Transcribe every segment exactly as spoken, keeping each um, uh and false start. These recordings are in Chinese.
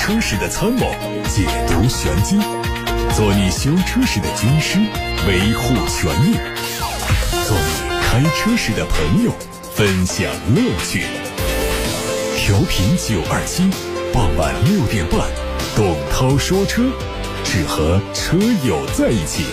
车时的参谋，解读玄机，做你修车时的军师，维护权益；做你开车时的朋友，分享乐趣。调频九二七，傍晚六点半，董涛说车，只和车友在一起。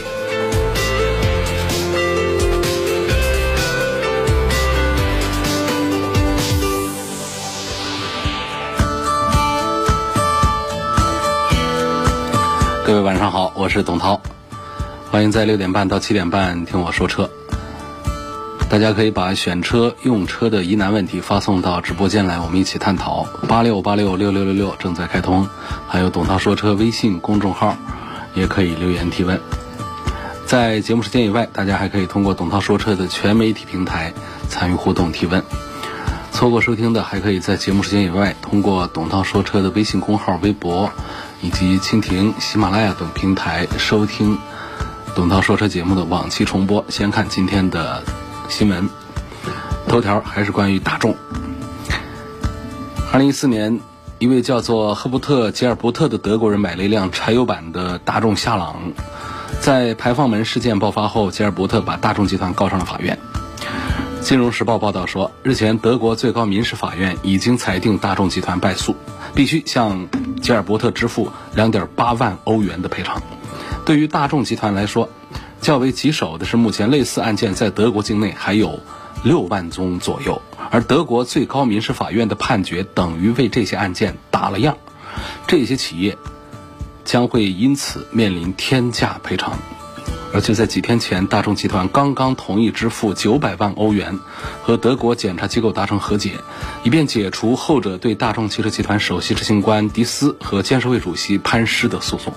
各位晚上好，我是董涛，欢迎在六点半到七点半听我说车。大家可以把选车用车的疑难问题发送到直播间来，我们一起探讨。八六八六六六六六正在开通，还有董涛说车微信公众号也可以留言提问。在节目时间以外，大家还可以通过董涛说车的全媒体平台参与互动提问。错过收听的还可以在节目时间以外通过董涛说车的微信公号、微博以及蜻蜓、喜马拉雅等平台收听董涛说车节目的往期重播。先看今天的新闻头条，还是关于大众。二零一四年，一位叫做赫伯特·吉尔伯特的德国人买了一辆柴油版的大众夏朗。在排放门事件爆发后，吉尔伯特把大众集团告上了法院。金融时报报道说，日前德国最高民事法院已经裁定大众集团败诉，必须向吉尔伯特支付 两点八万欧元的赔偿。对于大众集团来说，较为棘手的是，目前类似案件在德国境内还有六万宗左右，而德国最高民事法院的判决等于为这些案件打了样，这些企业将会因此面临天价赔偿。而就在几天前，大众集团刚刚同意支付九百万欧元，和德国检察机构达成和解，以便解除后者对大众汽车集团首席执行官迪斯和监事会主席潘施的诉讼。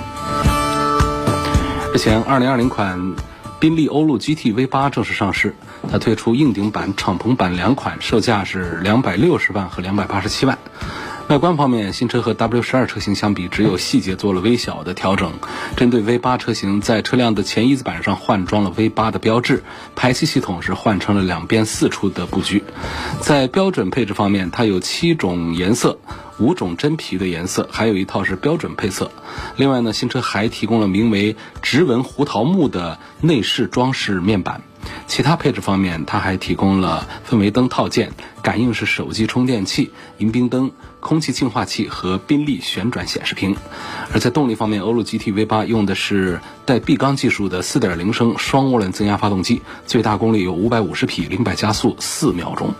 日前，二零二零款宾利欧陆 G T V 八 正式上市，它推出硬顶版、敞篷版两款，售价是两百六十万和两百八十七万。外观方面，新车和 W 十二 车型相比，只有细节做了微小的调整。针对 V 八 车型，在车辆的前翼子板上换装了 V 八 的标志，排气系统是换成了两边四出的布局。在标准配置方面，它有七种颜色，五种真皮的颜色，还有一套是标准配色。另外呢，新车还提供了名为直纹胡桃木的内饰装饰面板。其他配置方面，它还提供了氛围灯套件、感应式手机充电器、迎宾灯、空气净化器和宾利旋转显示屏。而在动力方面，欧陆 G T V 八 用的是带闭缸技术的 四点零 升双涡轮增压发动机，最大功率有五百五十匹，零百加速四秒钟。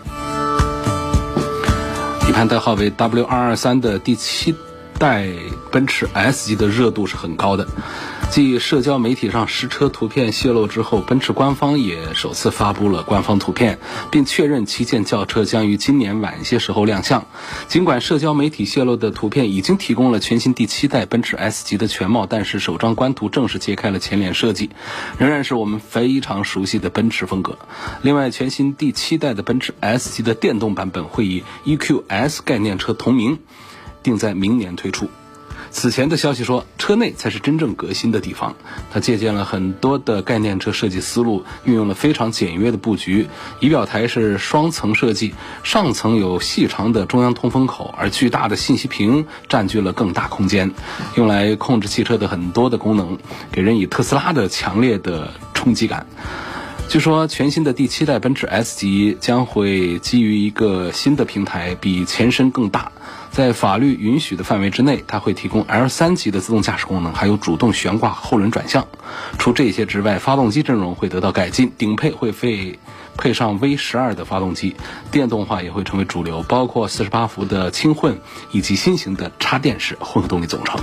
底盘代号为 W 二二三 的第七代奔驰 S 级的热度是很高的。继社交媒体上实车图片泄露之后，奔驰官方也首次发布了官方图片，并确认旗舰轿车将于今年晚些时候亮相。尽管社交媒体泄露的图片已经提供了全新第七代奔驰 S 级的全貌，但是首张官图正式揭开了前脸设计，仍然是我们非常熟悉的奔驰风格。另外，全新第七代的奔驰 S 级的电动版本会以 E Q S 概念车同名，定在明年推出。此前的消息说，车内才是真正革新的地方。它借鉴了很多的概念车设计思路，运用了非常简约的布局。仪表台是双层设计，上层有细长的中央通风口，而巨大的信息屏占据了更大空间，用来控制汽车的很多的功能，给人以特斯拉的强烈的冲击感。据说全新的第七代奔驰 S 级将会基于一个新的平台，比前身更大。在法律允许的范围之内，它会提供 L 三 级的自动驾驶功能，还有主动悬挂后轮转向。除这些之外，发动机阵容会得到改进，顶配会配配上 V 十二 的发动机，电动化也会成为主流，包括四十八伏的轻混以及新型的插电式混合动力总成。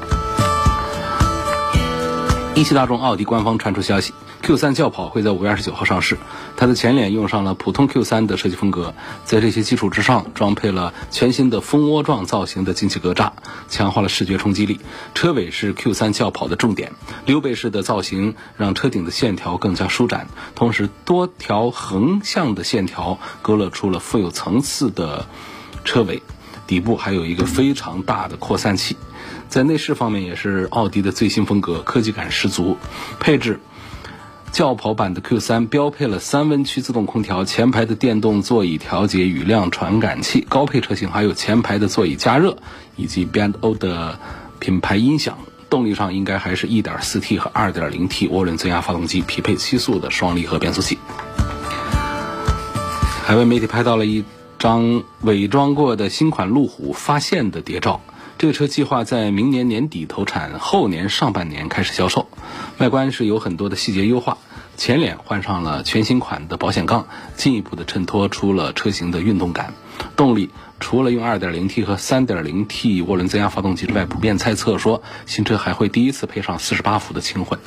一汽大众奥迪官方传出消息， Q 三 轿跑会在五月二十九号上市。它的前脸用上了普通 Q 三 的设计风格，在这些基础之上装配了全新的蜂窝状造型的进气格栅，强化了视觉冲击力。车尾是 Q 三 轿跑的重点，溜背式的造型让车顶的线条更加舒展，同时多条横向的线条勾勒出了富有层次的车尾，底部还有一个非常大的扩散器。在内饰方面也是奥迪的最新风格，科技感十足。配置轿跑版的 Q 三 标配了三温区自动空调，前排的电动座椅调节雨量传感器，高配车型还有前排的座椅加热以及 B and O 的品牌音响。动力上应该还是 一点四 T 和 二点零 T 涡轮增压发动机，匹配七速的双离合变速器。海外媒体拍到了一张伪装过的新款路虎发现的谍照，这个车计划在明年年底投产，后年上半年开始销售。外观是有很多的细节优化，前脸换上了全新款的保险杠，进一步的衬托出了车型的运动感。动力除了用 二点零 T 和 三点零 T 涡轮增压发动机之外，普遍猜测说新车还会第一次配上四十八伏的轻混。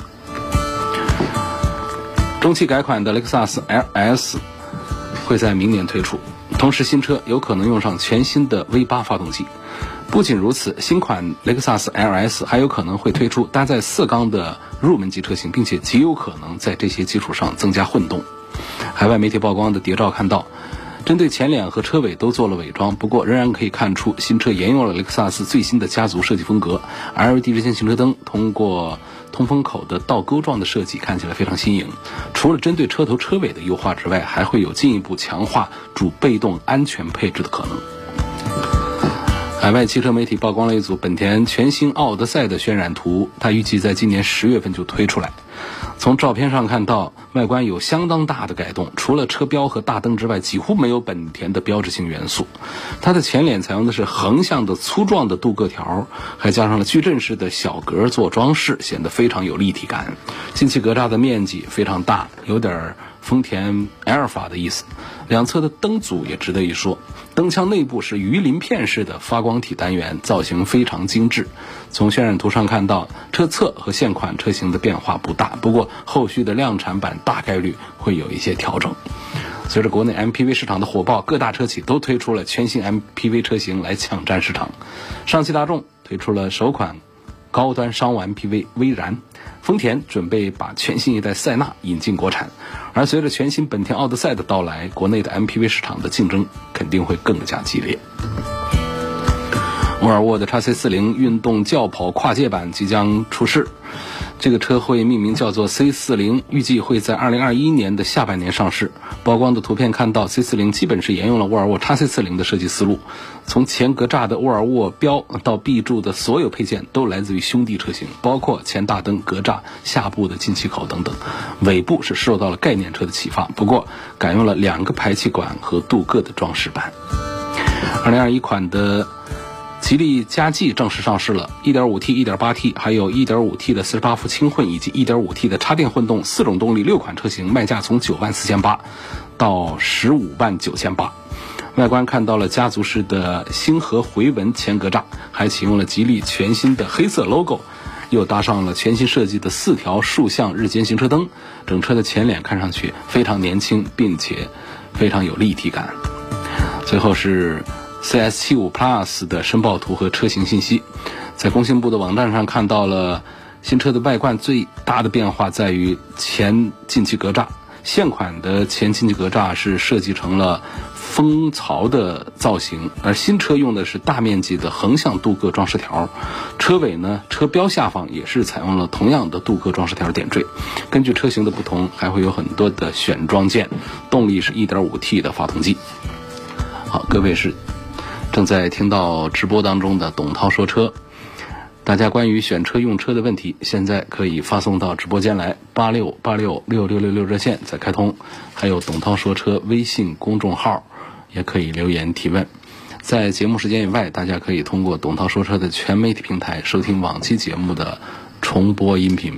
中期改款的雷克萨斯 L S 会在明年推出，同时新车有可能用上全新的 V 八 发动机。不仅如此，新款雷克萨斯 L S 还有可能会推出搭载四缸的入门级车型，并且极有可能在这些基础上增加混动。海外媒体曝光的谍照看到，针对前脸和车尾都做了伪装，不过仍然可以看出新车沿用了雷克萨斯最新的家族设计风格。L E D 日间行车灯通过通风口的倒钩状的设计看起来非常新颖。除了针对车头车尾的优化之外，还会有进一步强化主被动安全配置的可能。海外汽车媒体曝光了一组本田全新奥德赛的渲染图，它预计在今年十月份就推出来。从照片上看到，外观有相当大的改动，除了车标和大灯之外，几乎没有本田的标志性元素。它的前脸采用的是横向的粗壮的镀铬条，还加上了矩阵式的小格做装饰，显得非常有立体感。进气格栅的面积非常大，有点丰田埃尔法的意思。两侧的灯组也值得一说，灯腔内部是鱼鳞片式的发光体单元，造型非常精致。从渲染图上看到，车侧和现款车型的变化不大，不过后续的量产版大概率会有一些调整。随着国内 M P V 市场的火爆，各大车企都推出了全新 M P V 车型来抢占市场。上汽大众推出了首款高端商务 M P V 威然，丰田准备把全新一代塞纳引进国产，而随着全新本田奥德赛的到来，国内的 M P V 市场的竞争肯定会更加激烈。沃尔沃的 X C 四十 运动轿跑跨界版即将出市，这个车会命名叫做 C 四十， 预计会在二零二一年的下半年上市。曝光的图片看到 C 四十 基本是沿用了沃尔沃 X C 四十 的设计思路，从前格栅的沃尔沃标到 B 柱的所有配件都来自于兄弟车型，包括前大灯、格栅、下部的进气口等等。尾部是受到了概念车的启发，不过改用了两个排气管和镀铬的装饰板。二零二一款的吉利嘉际正式上市了 一点五 T、一点八 T 还有 一点五 T 的四十八伏轻混以及 一点五 T 的插电混动，四种动力六款车型，卖价从九万四千八到十五万九千八。外观看到了家族式的星河回纹前格栅，还启用了吉利全新的黑色 logo， 又搭上了全新设计的四条竖向日间行车灯，整车的前脸看上去非常年轻，并且非常有立体感。最后是C S 七十五 Plus 的申报图和车型信息，在工信部的网站上看到了新车的外观最大的变化在于前进气格栅，现款的前进气格栅是设计成了蜂巢的造型，而新车用的是大面积的横向镀铬装饰条。车尾呢，车标下方也是采用了同样的镀铬装饰条点缀。根据车型的不同，还会有很多的选装件。动力是 一点五 T 的发动机。好，各位是正在听到直播当中的董涛说车，大家关于选车用车的问题，现在可以发送到直播间来，八六八六六六六六热线在开通，还有董涛说车微信公众号也可以留言提问。在节目时间以外，大家可以通过董涛说车的全媒体平台收听往期节目的重播音频。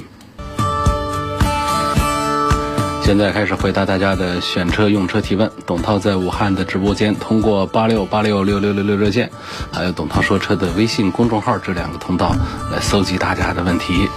现在开始回答大家的选车用车提问。董涛在武汉的直播间通过八六八六六六六六热线，还有董涛说车的微信公众号这两个通道来搜集大家的问题。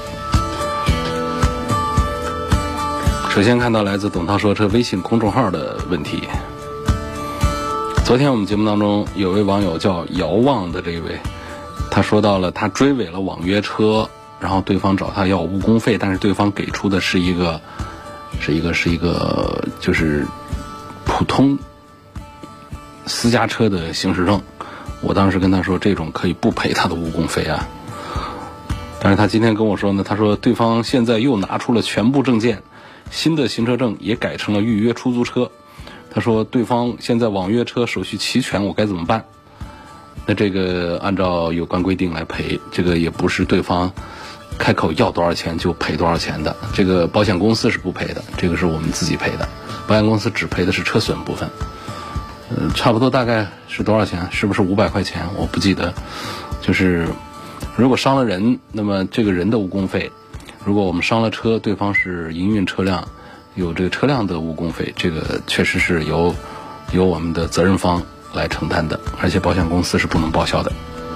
首先看到来自董涛说车微信公众号的问题。昨天我们节目当中有位网友叫遥望的这位，他说到了他追尾了网约车，然后对方找他要误工费，但是对方给出的是一个是一个是一个就是普通私家车的行驶证。我当时跟他说这种可以不赔他的误工费啊，但是他今天跟我说呢，他说对方现在又拿出了全部证件， 新的行车证也改成了预约出租车。他说对方现在网约车手续齐全，我该怎么办？那这个按照有关规定来赔，这个也不是对方开口要多少钱就赔多少钱的，这个保险公司是不赔的，这个是我们自己赔的，保险公司只赔的是车损部分。呃，差不多大概是多少钱？是不是五百块钱？我不记得。就是如果伤了人，那么这个人的误工费；如果我们伤了车，对方是营运车辆，有这个车辆的误工费，这个确实是由由我们的责任方来承担的，而且保险公司是不能报销的。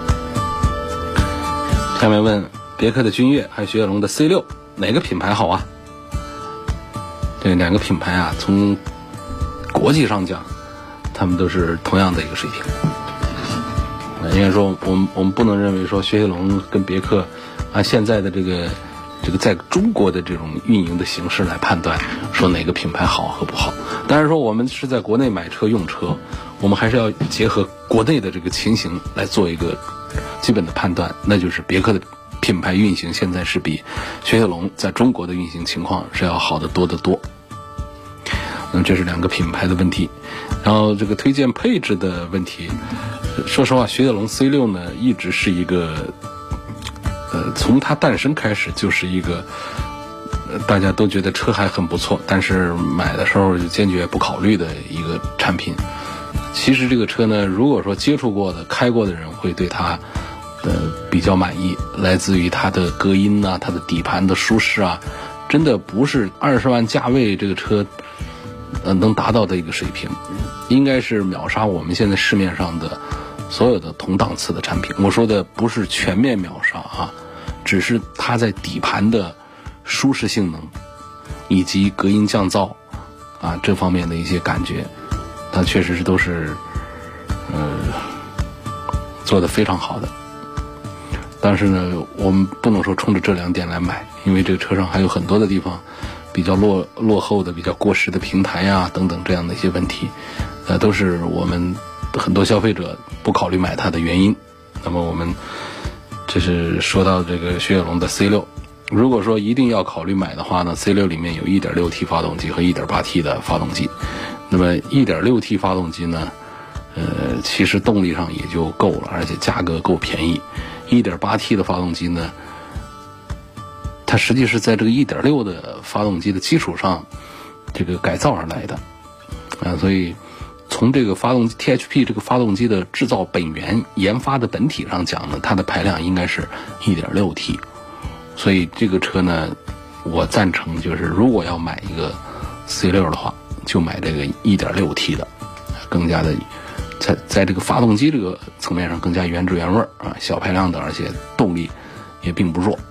下面问别克的君越还有雪铁龙的 C 六 哪个品牌好啊？这两个品牌啊，从国际上讲，他们都是同样的一个水平。应该说，我们我们不能认为说雪铁龙跟别克按现在的这个这个在中国的这种运营的形式来判断，说哪个品牌好和不好。当然说我们是在国内买车用车，我们还是要结合国内的这个情形来做一个基本的判断，那就是别克的品牌运行现在是比雪铁龙在中国的运行情况是要好得多得多。那么这是两个品牌的问题。然后这个推荐配置的问题，说实话，雪铁龙 C 六 呢一直是一个呃从它诞生开始就是一个呃大家都觉得车还很不错，但是买的时候就坚决不考虑的一个产品。其实这个车呢，如果说接触过的开过的人会对它呃比较满意，来自于它的隔音啊，它的底盘的舒适啊，真的不是二十万价位这个车呃，能达到的一个水平，应该是秒杀我们现在市面上的所有的同档次的产品。我说的不是全面秒杀啊，只是它在底盘的舒适性能以及隔音降噪啊这方面的一些感觉，它确实是都是呃做得非常好的。但是呢，我们不能说冲着这两点来买，因为这个车上还有很多的地方比较落落后的、比较过时的平台啊等等这样的一些问题，呃，都是我们很多消费者不考虑买它的原因。那么我们这是说到这个雪铁龙的 C 六， 如果说一定要考虑买的话呢 ，C 六 里面有 一点六 T 发动机和 一点八 T 的发动机。那么 一点六 T 发动机呢，呃，其实动力上也就够了，而且价格够便宜。一点八 T 的发动机呢，它实际是在这个 一点六 的发动机的基础上这个改造而来的啊，所以从这个发动机 T H P 这个发动机的制造本源研发的本体上讲呢，它的排量应该是 一点六 T。 所以这个车呢，我赞成就是如果要买一个 C 六 的话，就买这个 一点六 T 的，更加的在在这个发动机这个层面上更加原汁原味啊，小排量的，而且动力也并不弱。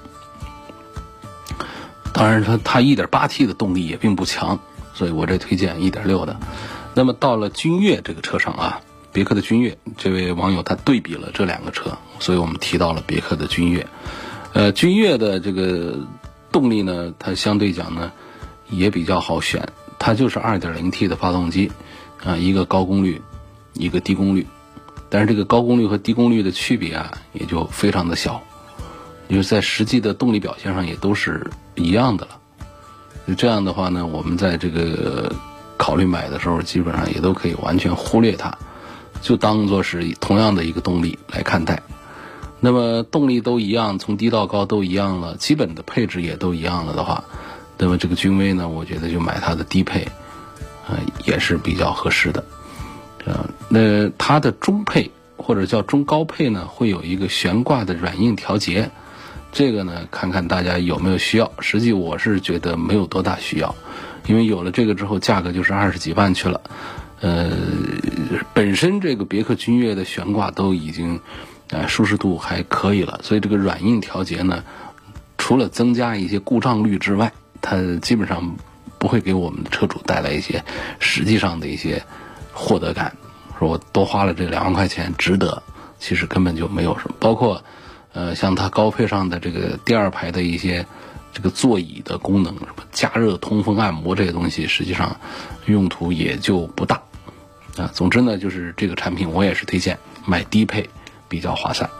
当然它它 一点八 T 的动力也并不强，所以我这推荐 一点六 的。那么到了君越这个车上啊，别克的君越，这位网友他对比了这两个车，所以我们提到了别克的君越。呃，君越的这个动力呢，它相对讲呢也比较好选，它就是 二点零 T 的发动机啊，一个高功率，一个低功率。但是这个高功率和低功率的区别啊，也就非常的小，就是在实际的动力表现上也都是一样的了。这样的话呢，我们在这个考虑买的时候，基本上也都可以完全忽略它，就当作是同样的一个动力来看待。那么动力都一样，从低到高都一样了，基本的配置也都一样了的话，那么这个君威呢，我觉得就买它的低配，呃，也是比较合适的。呃，那它的中配或者叫中高配呢，会有一个悬挂的软硬调节。这个呢，看看大家有没有需要。实际我是觉得没有多大需要，因为有了这个之后，价格就是二十几万去了。呃，本身这个别克君越的悬挂都已经，呃，舒适度还可以了，所以这个软硬调节呢，除了增加一些故障率之外，它基本上不会给我们的车主带来一些实际上的一些获得感。说我多花了这两万块钱值得，其实根本就没有什么。包括呃，像它高配上的这个第二排的一些这个座椅的功能，什么加热、通风、按摩这些东西，实际上用途也就不大啊。总之呢，就是这个产品我也是推荐买低配比较划算。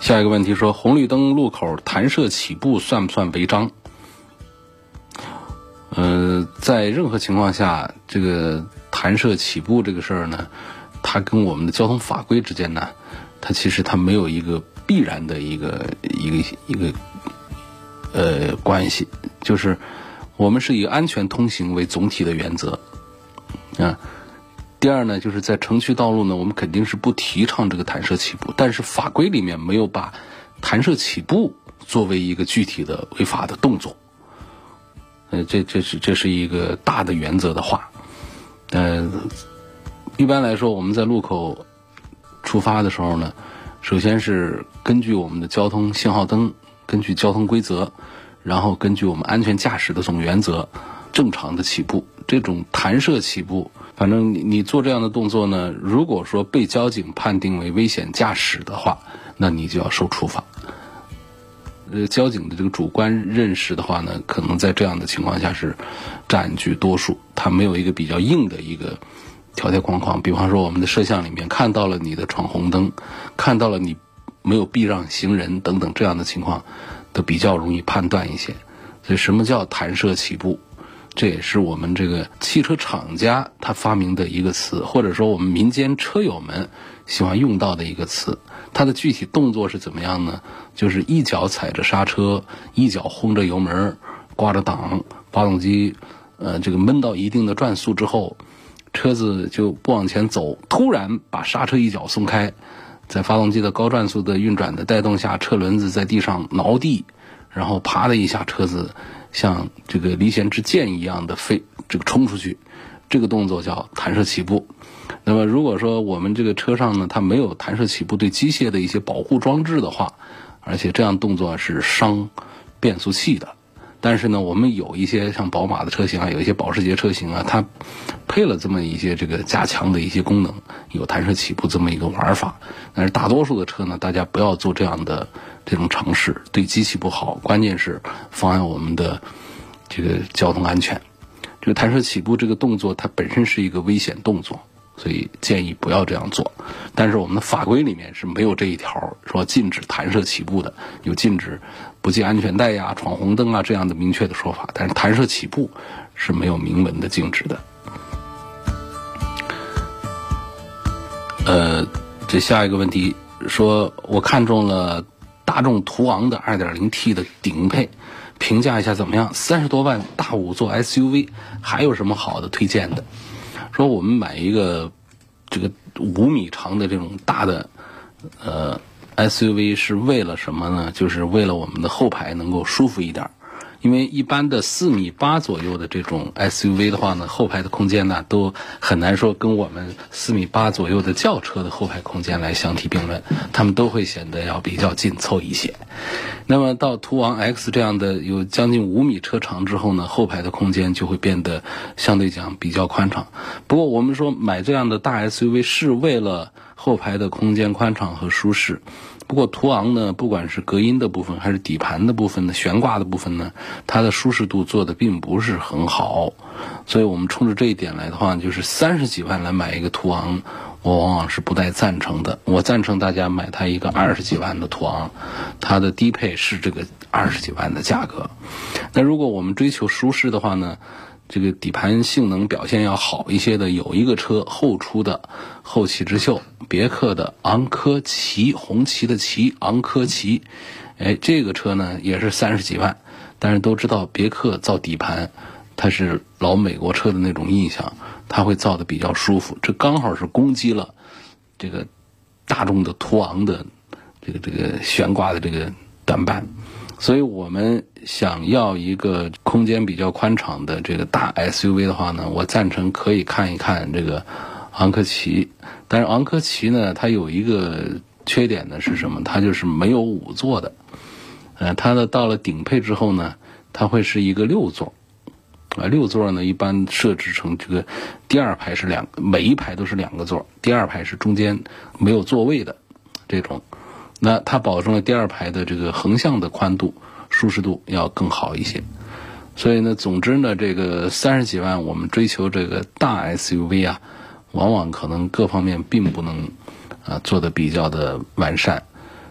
下一个问题说，红绿灯路口弹射起步算不算违章？呃，在任何情况下，这个弹射起步这个事儿呢，它跟我们的交通法规之间呢，它其实它没有一个必然的一个一个一个呃关系，就是我们是以安全通行为总体的原则啊。第二呢，就是在城区道路呢，我们肯定是不提倡这个弹射起步，但是法规里面没有把弹射起步作为一个具体的违法的动作。呃，这这是这是一个大的原则的话，呃，一般来说我们在路口出发的时候呢，首先是根据我们的交通信号灯，根据交通规则，然后根据我们安全驾驶的总原则，正常的起步。这种弹射起步，反正你你做这样的动作呢，如果说被交警判定为危险驾驶的话，那你就要受处罚。呃，交警的这个主观认识的话呢，可能在这样的情况下是占据多数，它没有一个比较硬的一个条条框框。比方说我们的摄像里面看到了你的闯红灯，看到了你没有避让行人等等这样的情况，都比较容易判断一些。所以什么叫弹射起步？这也是我们这个汽车厂家他发明的一个词，或者说我们民间车友们喜欢用到的一个词。它的具体动作是怎么样呢？就是一脚踩着刹车，一脚轰着油门，挂着档，发动机呃这个闷到一定的转速之后，车子就不往前走，突然把刹车一脚松开，在发动机的高转速的运转的带动下，车轮子在地上挠地，然后啪的一下，车子像这个离弦之箭一样的飞这个冲出去，这个动作叫弹射起步。那么如果说我们这个车上呢，它没有弹射起步对机械的一些保护装置的话，而且这样动作是伤变速器的。但是呢，我们有一些像宝马的车型啊，有一些保时捷车型啊，它配了这么一些这个加强的一些功能，有弹射起步这么一个玩法。但是大多数的车呢，大家不要做这样的这种尝试，对机器不好，关键是妨碍我们的这个交通安全。这个弹射起步这个动作，它本身是一个危险动作，所以建议不要这样做。但是我们的法规里面是没有这一条说禁止弹射起步的，有禁止不系安全带呀、闯红灯啊这样的明确的说法，但是弹射起步是没有明文的禁止的。呃，这下一个问题说，我看中了大众途昂的 二点零 T 的顶配，评价一下怎么样？三十多万大五座 S U V， 还有什么好的推荐的？说我们买一个这个五米长的这种大的呃 S U V 是为了什么呢？就是为了我们的后排能够舒服一点。因为一般的四米八左右的这种 S U V 的话呢，后排的空间呢都很难说跟我们四米八左右的轿车的后排空间来相提并论，它们都会显得要比较紧凑一些。那么到途昂 X 这样的有将近五米车长之后呢，后排的空间就会变得相对讲比较宽敞。不过我们说买这样的大 S U V 是为了后排的空间宽敞和舒适。不过途昂呢，不管是隔音的部分还是底盘的部分呢，悬挂的部分呢，它的舒适度做的并不是很好。所以我们冲着这一点来的话，就是三十几万来买一个途昂，我往往是不太赞成的。我赞成大家买它一个二十几万的途昂，它的低配是这个二十几万的价格。那如果我们追求舒适的话呢，这个底盘性能表现要好一些的，有一个车后出的后起之秀，别克的昂科旗，红旗的旗，昂科旗，哎，这个车呢也是三十几万，但是都知道别克造底盘，它是老美国车的那种印象，它会造的比较舒服，这刚好是攻击了这个大众的途昂的这个这个悬挂的这个短板。所以我们想要一个空间比较宽敞的这个大 S U V 的话呢，我赞成可以看一看这个昂科旗。但是昂科旗呢，它有一个缺点呢是什么？它就是没有五座的。呃，它的到了顶配之后呢，它会是一个六座。啊，六座呢一般设置成这个第二排是两，每一排都是两个座，第二排是中间没有座位的这种。那它保证了第二排的这个横向的宽度、舒适度要更好一些。所以呢，总之呢，这个三十几万我们追求这个大 S U V 啊，往往可能各方面并不能啊做得比较的完善。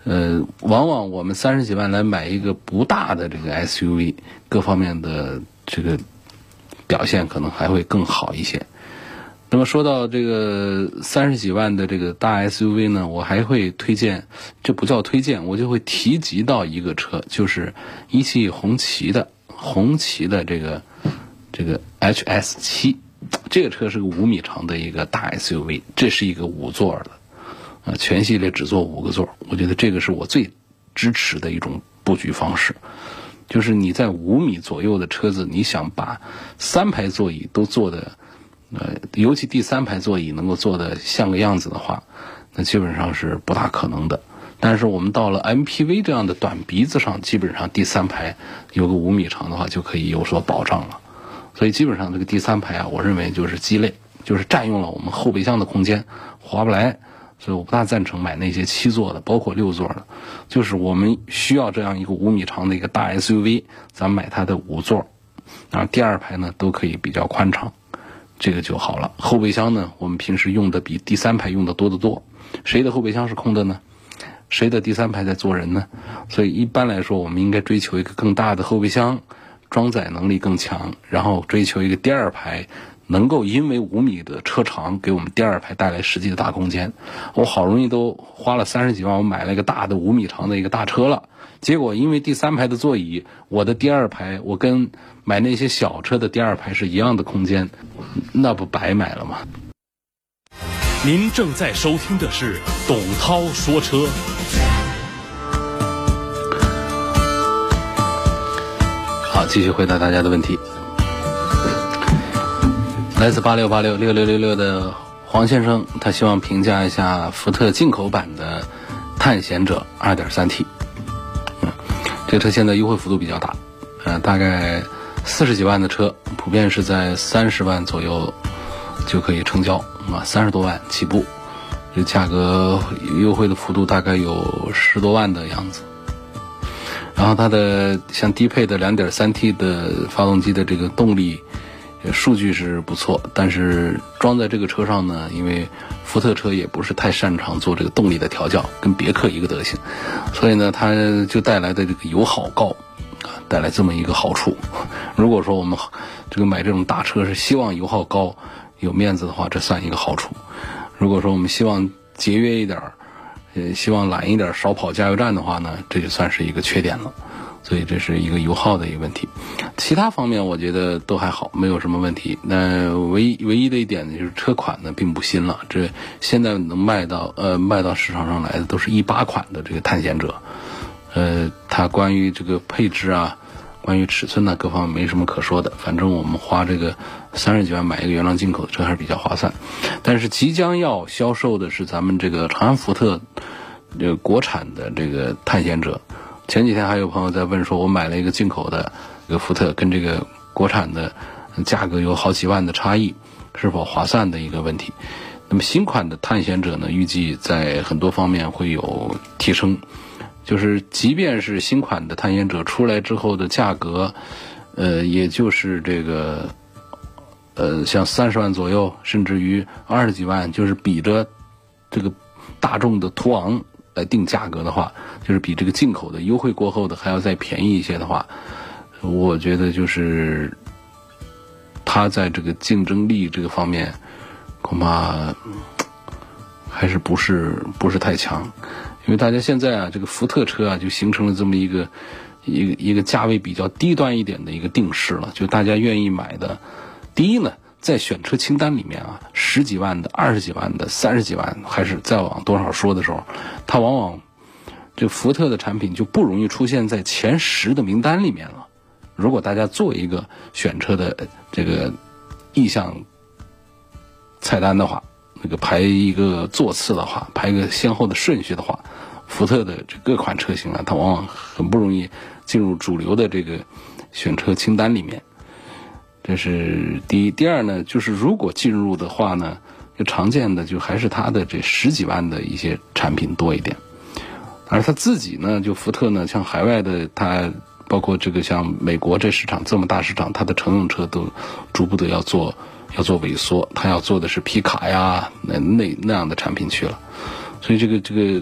呃，往往我们三十几万来买一个不大的这个 S U V， 各方面的这个表现可能还会更好一些。那么说到这个三十几万的这个大 S U V 呢，我还会推荐，这不叫推荐，我就会提及到一个车，就是一汽红旗的红旗的这个这个 H S 七， 这个车是个五米长的一个大 S U V， 这是一个五座的。啊，全系列只做五个座，我觉得这个是我最支持的一种布局方式。就是你在五米左右的车子，你想把三排座椅都做的，呃，尤其第三排座椅能够做的像个样子的话，那基本上是不大可能的。但是我们到了 M P V 这样的短鼻子上，基本上第三排有个五米长的话，就可以有所保障了。所以基本上这个第三排啊，我认为就是鸡肋，就是占用了我们后备箱的空间，划不来。所以我不大赞成买那些七座的，包括六座的。就是我们需要这样一个五米长的一个大 S U V， 咱们买它的五座，然后第二排呢都可以比较宽敞，这个就好了。后备箱呢，我们平时用的比第三排用的多得多。谁的后备箱是空的呢？谁的第三排在坐人呢？所以一般来说，我们应该追求一个更大的后备箱，装载能力更强，然后追求一个第二排能够因为五米的车长给我们第二排带来实际的大空间。我好容易都花了三十几万，我买了一个大的五米长的一个大车了，结果因为第三排的座椅，我的第二排我跟买那些小车的第二排是一样的空间，那不白买了吗？ 您正在收听的是董涛说车。 好，继续回答大家的问题。来自八六八六六六六六的黄先生，他希望评价一下福特进口版的探险者 二点三 T。嗯，这车现在优惠幅度比较大，呃，大概四十几万的车，普遍是在三十万左右就可以成交啊，三十多万起步，这价格优惠的幅度大概有十多万的样子。然后它的像低配的 二点三 T 的发动机的这个动力数据是不错，但是装在这个车上呢，因为福特车也不是太擅长做这个动力的调教，跟别克一个德行，所以呢它就带来的这个油耗高啊，带来这么一个好处。如果说我们这个买这种大车是希望油耗高有面子的话，这算一个好处。如果说我们希望节约一点，呃，希望懒一点，少跑加油站的话呢，这就算是一个缺点了。所以这是一个油耗的一个问题，其他方面我觉得都还好，没有什么问题。那唯一唯一的一点呢，就是车款呢并不新了，这现在能卖到呃卖到市场上来的都是一八款的这个探险者，呃，它关于这个配置啊，关于尺寸呢各方面没什么可说的，反正我们花这个三十几万买一个原装进口的车还是比较划算。但是即将要销售的是咱们这个长安福特这个国产的这个探险者。前几天还有朋友在问说，我买了一个进口的这个福特，跟这个国产的价格有好几万的差异，是否划算的一个问题。那么新款的探险者呢，预计在很多方面会有提升，就是即便是新款的探险者出来之后的价格，呃，也就是这个呃像三十万左右，甚至于二十几万，就是比着这个大众的途昂来定价格的话，就是比这个进口的优惠过后的还要再便宜一些的话，我觉得就是它在这个竞争力这个方面恐怕还是不是不是太强。因为大家现在啊，这个福特车啊就形成了这么一个一个一个价位比较低端一点的一个定势了，就大家愿意买的。第一呢，在选车清单里面啊，十几万的、二十几万的、三十几万，还是再往多少说的时候，它往往这福特的产品就不容易出现在前十的名单里面了。如果大家做一个选车的这个意向菜单的话，那个排一个座次的话，排一个先后的顺序的话，福特的这各款车型啊，它往往很不容易进入主流的这个选车清单里面。这是第一。第二呢，就是如果进入的话呢，就常见的就还是它的这十几万的一些产品多一点。而它自己呢，就福特呢，像海外的它包括这个像美国这市场这么大市场，它的乘用车都逐步的要做要做萎缩，它要做的是皮卡呀那那那样的产品去了。所以这个这个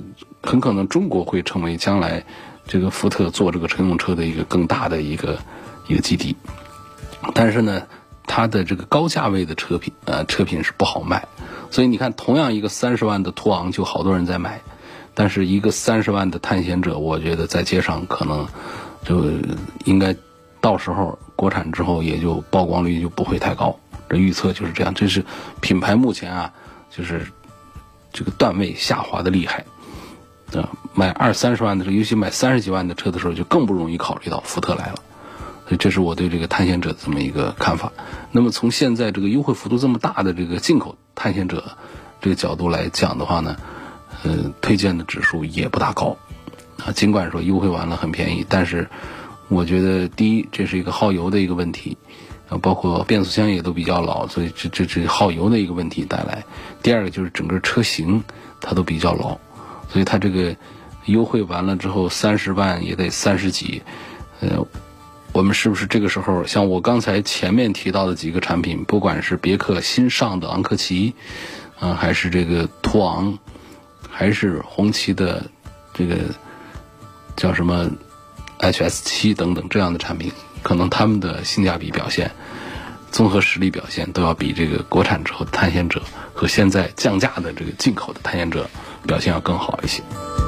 很可能中国会成为将来这个福特做这个乘用车的一个更大的一个一个基地。但是呢，它的这个高价位的车品呃车品是不好卖，所以你看，同样一个三十万的途昂就好多人在买，但是一个三十万的探险者，我觉得在街上可能就应该到时候国产之后也就曝光率就不会太高。这预测就是这样，这是品牌目前啊，就是这个段位下滑的厉害。呃，买二三十万的车，尤其买三十几万的车的时候，就更不容易考虑到福特来了。所以这是我对这个探险者的这么一个看法。那么从现在这个优惠幅度这么大的这个进口探险者这个角度来讲的话呢，呃，推荐的指数也不大高啊。尽管说优惠完了很便宜，但是我觉得第一，这是一个耗油的一个问题。啊，包括变速箱也都比较老，所以这这这耗油的一个问题带来。第二个就是整个车型它都比较老，所以它这个优惠完了之后三十万也得三十几。呃，我们是不是这个时候像我刚才前面提到的几个产品，不管是别克新上的昂科旗，啊、呃，还是这个途昂，还是红旗的这个叫什么 H S 七 等等这样的产品，可能他们的性价比表现、综合实力表现都要比这个国产之后的探险者和现在降价的这个进口的探险者表现要更好一些。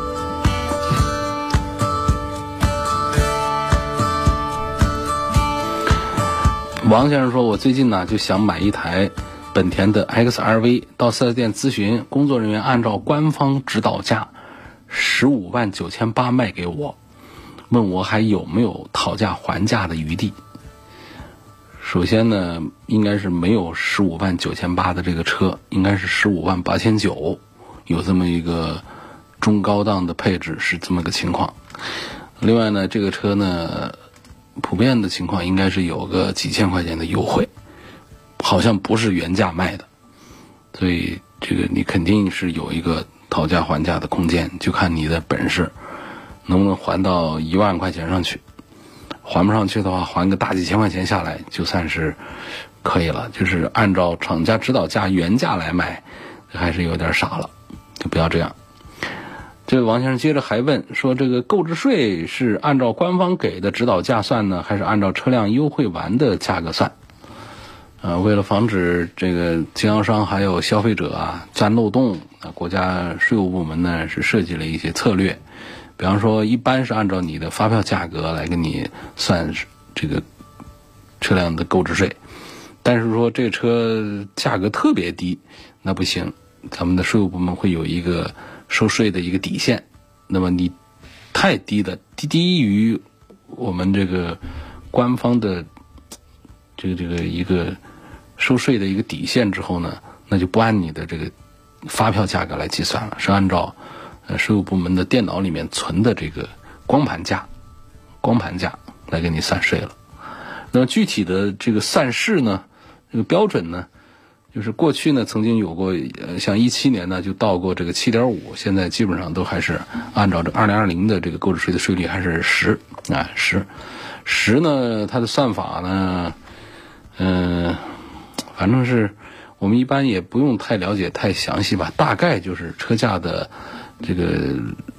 王先生说，我最近呢就想买一台本田的 X R V， 到四 S 店咨询，工作人员按照官方指导价十五万九千八卖给我，问我还有没有讨价还价的余地。首先呢，应该是没有十五万九千八的这个车，应该是十五万八千九，有这么一个中高档的配置，是这么个情况。另外呢，这个车呢，普遍的情况应该是有个几千块钱的优惠，好像不是原价卖的，所以这个你肯定是有一个讨价还价的空间，就看你的本事能不能还到一万块钱上去。还不上去的话，还个大几千块钱下来就算是可以了。就是按照厂家指导价原价来卖，还是有点傻了，就不要这样。这位王先生接着还问说，这个购置税是按照官方给的指导价算呢，还是按照车辆优惠完的价格算？呃，为了防止这个经销商还有消费者啊钻漏洞，啊，国家税务部门呢是设计了一些策略。比方说，一般是按照你的发票价格来给你算这个车辆的购置税，但是说这个车价格特别低，那不行，咱们的税务部门会有一个收税的一个底线。那么你太低的，低低于我们这个官方的这个这个一个收税的一个底线之后呢，那就不按你的这个发票价格来计算了，是按照呃，税务部门的电脑里面存的这个光盘价，光盘价来给你算税了。那么具体的这个算式呢，这个标准呢，就是过去呢曾经有过，呃，像一七年呢就到过这个 七点五， 现在基本上都还是按照这二零二零的这个购置税的税率还是十啊十十呢，它的算法呢，嗯、呃，反正是我们一般也不用太了解太详细吧，大概就是车价的这个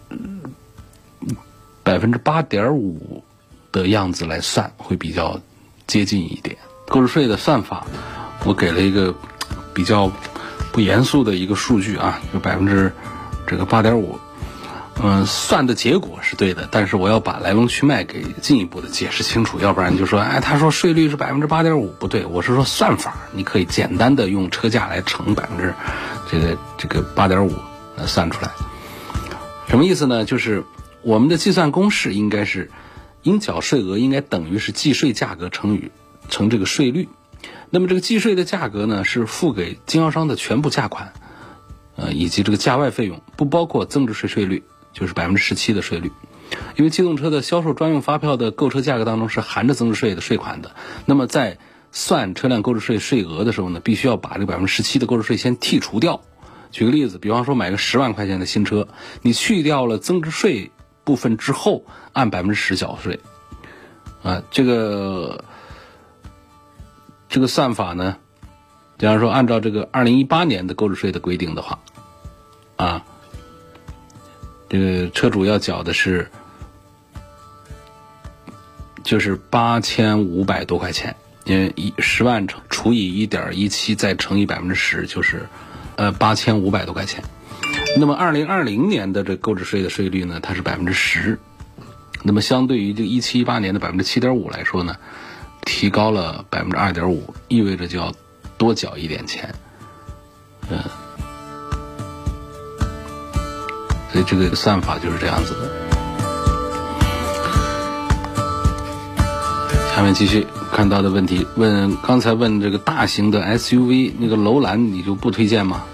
百分之八点五的样子来算，会比较接近一点。购置税的算法，我给了一个比较不严肃的一个数据啊，就百分之这个八点五。嗯，算的结果是对的，但是我要把来龙去脉给进一步的解释清楚，要不然就说，哎，他说税率是百分之八点五，不对，我是说算法，你可以简单的用车价来乘百分之这个这个八点五来算出来。什么意思呢？就是我们的计算公式应该是应缴税额应该等于是计税价格乘以乘这个税率。那么这个计税的价格呢，是付给经销商的全部价款，呃，以及这个价外费用，不包括增值税税率，就是百分之十七的税率。因为机动车的销售专用发票的购车价格当中是含着增值税的税款的，那么在算车辆购置税税额的时候呢，必须要把这个百分之十七的购置税先剔除掉。举个例子，比方说买个十万块钱的新车，你去掉了增值税部分之后，按百分之十缴税，啊，这个这个算法呢，比方说按照这个二零一八年的购置税的规定的话，啊， 这个车主要缴的是就是八千五百多块钱，因为一十万乘除以一点一七再乘以百分之十，就是呃八千五百多块钱。那么二零二零年的这购置税的税率呢，它是百分之十。那么相对于这一七一八年的百分之七点五来说呢，提高了百分之二点五，意味着就要多缴一点钱。嗯，所以这个算法就是这样子的。下面继续看到的问题，问刚才问这个大型的 S U V 那个楼兰你就不推荐吗？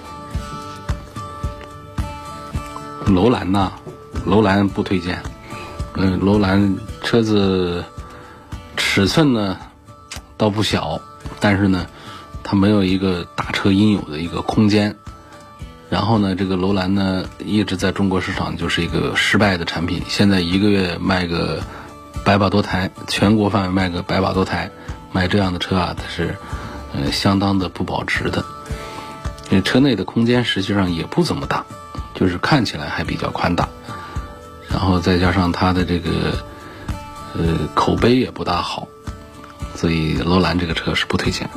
楼兰呐，楼兰不推荐。嗯，楼兰车子尺寸呢倒不小，但是呢它没有一个大车应有的一个空间。然后呢这个楼兰呢一直在中国市场就是一个失败的产品，现在一个月卖个百把多台，全国范围卖个百把多台，买这样的车啊它是呃相当的不保值的。因为车内的空间实际上也不怎么大，就是看起来还比较宽大，然后再加上它的这个呃口碑也不大好，所以楼兰这个车是不推荐。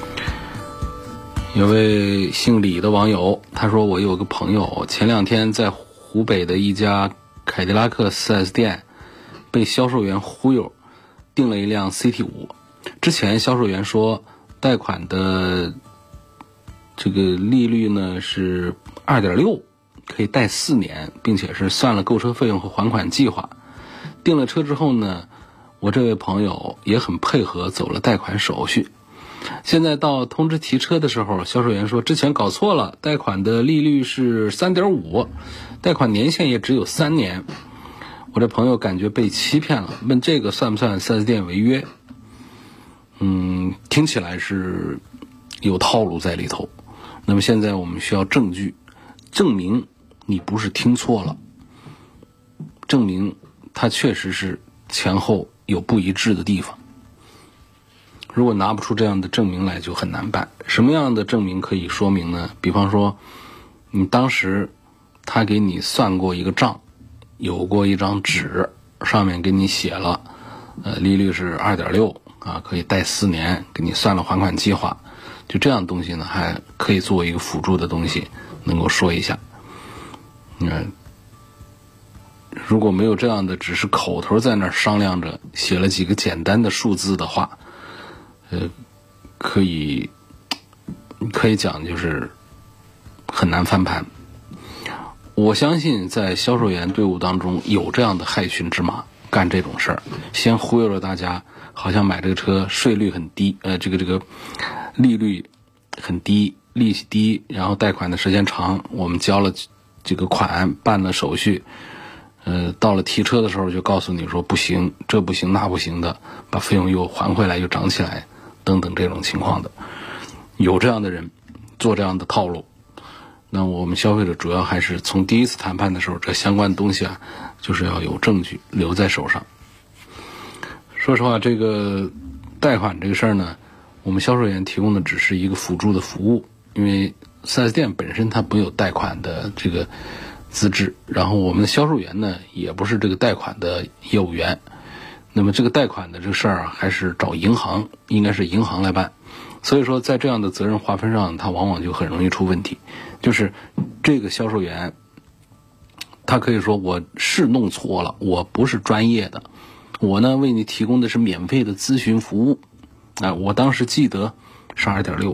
有位姓李的网友他说，我有个朋友前两天在湖北的一家凯迪拉克 四 S 店被销售员忽悠订了一辆 C T 五， 之前销售员说贷款的这个利率呢是 二点六， 可以贷四年，并且是算了购车费用和还款计划。订了车之后呢，我这位朋友也很配合走了贷款手续。现在到通知提车的时候，销售员说之前搞错了，贷款的利率是 三点五， 贷款年限也只有三年。我这朋友感觉被欺骗了，问这个算不算 四 S 店违约？嗯，听起来是有套路在里头。那么现在我们需要证据，证明你不是听错了，证明它确实是前后有不一致的地方。如果拿不出这样的证明来，就很难办。什么样的证明可以说明呢？比方说你当时他给你算过一个账，有过一张纸，上面给你写了呃，利率是 二点六 啊，可以贷四年，给你算了还款计划。就这样的东西呢，还可以作为一个辅助的东西能够说一下。嗯，如果没有这样的，只是口头在那儿商量着写了几个简单的数字的话，呃，可以可以讲就是很难翻盘。我相信在销售员队伍当中有这样的害群之马干这种事儿，先忽悠了大家，好像买这个车税率很低，呃，这个这个利率很低，利息低，然后贷款的时间长，我们交了这个款，办了手续，呃，到了提车的时候就告诉你说不行，这不行那不行的，把费用又还回来又涨起来等等这种情况的，有这样的人做这样的套路。那我们消费者主要还是从第一次谈判的时候，这相关的东西啊，就是要有证据留在手上。说实话，这个贷款这个事儿呢，我们销售员提供的只是一个辅助的服务，因为 四 S 店本身它没有贷款的这个资质，然后我们的销售员呢也不是这个贷款的业务员，那么这个贷款的这个事儿啊，还是找银行，应该是银行来办。所以说在这样的责任划分上，它往往就很容易出问题。就是这个销售员他可以说我是弄错了，我不是专业的，我呢为你提供的是免费的咨询服务啊、呃，我当时记得是 二点六，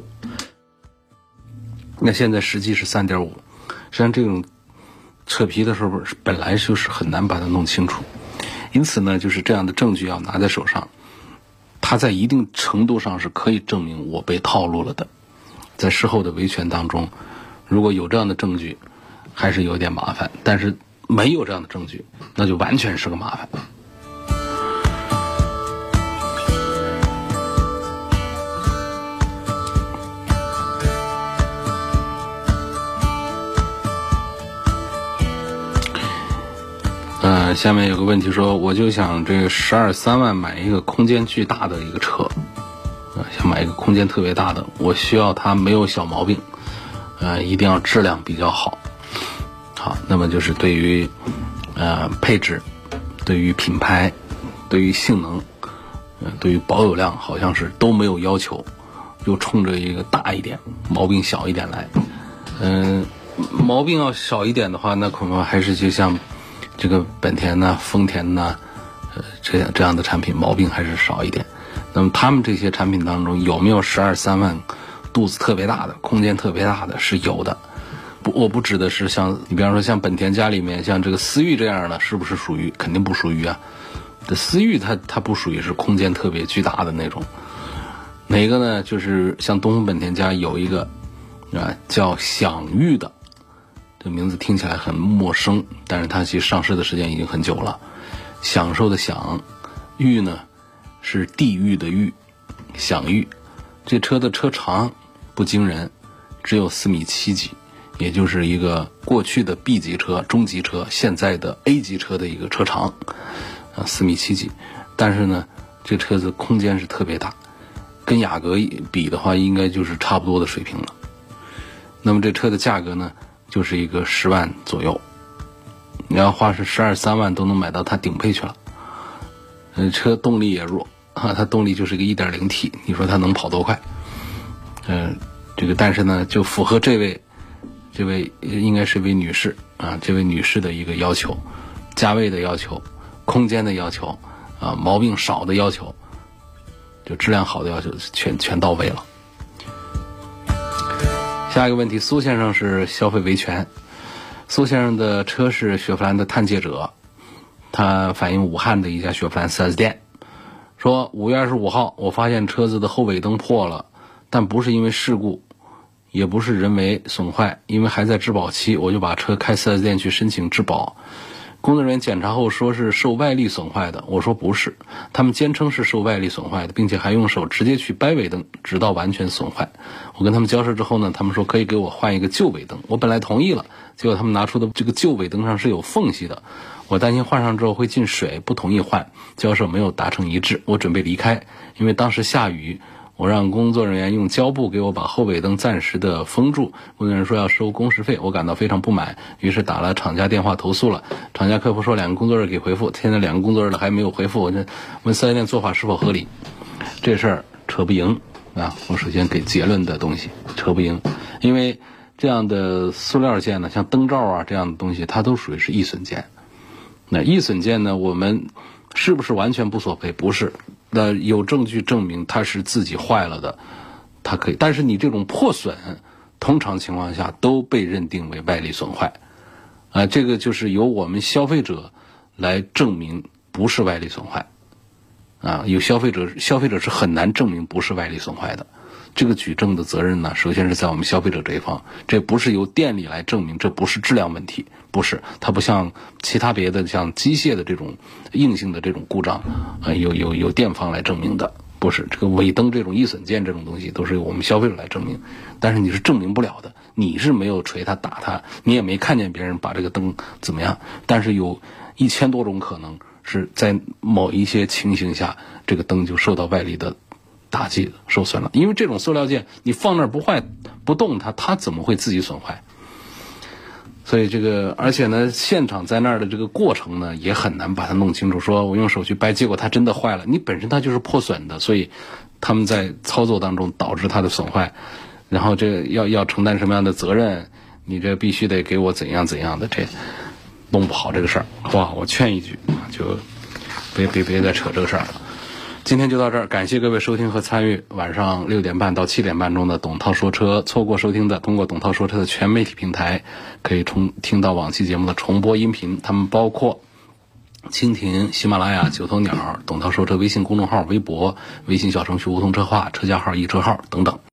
那现在实际是 三点五。 实际上这种扯皮的时候本来就是很难把它弄清楚，因此呢就是这样的证据要拿在手上，它在一定程度上是可以证明我被套路了的。在事后的维权当中，如果有这样的证据还是有点麻烦，但是没有这样的证据那就完全是个麻烦。呃，下面有个问题说，我就想这个十二三万买一个空间巨大的一个车，呃，想买一个空间特别大的，我需要它没有小毛病，呃，一定要质量比较好。 好，那么就是对于呃配置、对于品牌、对于性能、呃对于保有量，好像是都没有要求，就冲着一个大一点、毛病小一点来。嗯、呃，毛病要少一点的话，那恐怕还是就像这个本田呐、丰田呐，呃这样这样的产品毛病还是少一点。那么他们这些产品当中有没有十二三万肚子特别大的、空间特别大的？是有的。不，我不指的是像你比方说像本田家里面像这个思域这样的，是不是属于？肯定不属于啊。这思域它它不属于是空间特别巨大的那种。哪个呢？就是像东风本田家有一个啊叫享域的，这名字听起来很陌生，但是它其实上市的时间已经很久了。享受的享，域呢是地狱的狱，享域。这车的车长不惊人，只有四米七几，也就是一个过去的 B 级车、中级车，现在的 A 级车的一个车长，啊，四米七几。但是呢，这车子空间是特别大，跟雅阁比的话，应该就是差不多的水平了。那么这车的价格呢，就是一个十万左右，你要花是十二三万都能买到它顶配去了。呃，车动力也弱啊，它动力就是一个 一点零 T， 你说它能跑多快？嗯、呃，这个但是呢，就符合这位这位应该是一位女士啊，这位女士的一个要求，价位的要求，空间的要求啊，毛病少的要求，就质量好的要求全全到位了。下一个问题，苏先生是消费维权。苏先生的车是雪佛兰的探界者，他反映武汉的一家雪佛兰 四 S 店，说五月二十五号我发现车子的后尾灯破了，但不是因为事故，也不是人为损坏，因为还在质保期，我就把车开 四 S 店去申请质保。工作人员检查后说是受外力损坏的，我说不是，他们坚称是受外力损坏的，并且还用手直接去掰尾灯，直到完全损坏。我跟他们交涉之后呢，他们说可以给我换一个旧尾灯，我本来同意了，结果他们拿出的这个旧尾灯上是有缝隙的，我担心换上之后会进水，不同意换，交涉没有达成一致，我准备离开，因为当时下雨，我让工作人员用胶布给我把后尾灯暂时的封住，工作人员说要收工时费，我感到非常不满，于是打了厂家电话投诉了。厂家客服说两个工作日给回复，现在两个工作日了还没有回复，我这问四 S 店做法是否合理？这事儿扯不赢啊！我首先给结论的东西扯不赢，因为这样的塑料件呢，像灯罩啊这样的东西，它都属于是易损件。那易损件呢，我们是不是完全不索赔？不是。那有证据证明它是自己坏了的，它可以。但是你这种破损，通常情况下都被认定为外力损坏，啊，这个就是由我们消费者来证明不是外力损坏，啊，有消费者消费者是很难证明不是外力损坏的。这个举证的责任呢，首先是在我们消费者这一方，这不是由店里来证明，这不是质量问题，不是，它不像其他别的像机械的这种硬性的这种故障，呃，有有有店方来证明的，不是。这个尾灯这种易损件这种东西都是由我们消费者来证明，但是你是证明不了的，你是没有捶它打它，你也没看见别人把这个灯怎么样，但是有一千多种可能是在某一些情形下，这个灯就受到外力的打击受损了。因为这种塑料件你放那儿不坏不动它，它怎么会自己损坏？所以这个，而且呢，现场在那儿的这个过程呢，也很难把它弄清楚。说我用手去掰，结果它真的坏了，你本身它就是破损的，所以他们在操作当中导致它的损坏，然后这要要承担什么样的责任？你这必须得给我怎样怎样的，这弄不好这个事儿，哇！我劝一句，就别别别再扯这个事儿了。今天就到这儿，感谢各位收听和参与晚上六点半到七点半钟的董涛说车。错过收听的，通过董涛说车的全媒体平台可以重听到往期节目的重播音频，他们包括蜻蜓、喜马拉雅、九头鸟、董涛说车微信公众号、微博、微信小程序梧桐车话、车架号、易车号等等。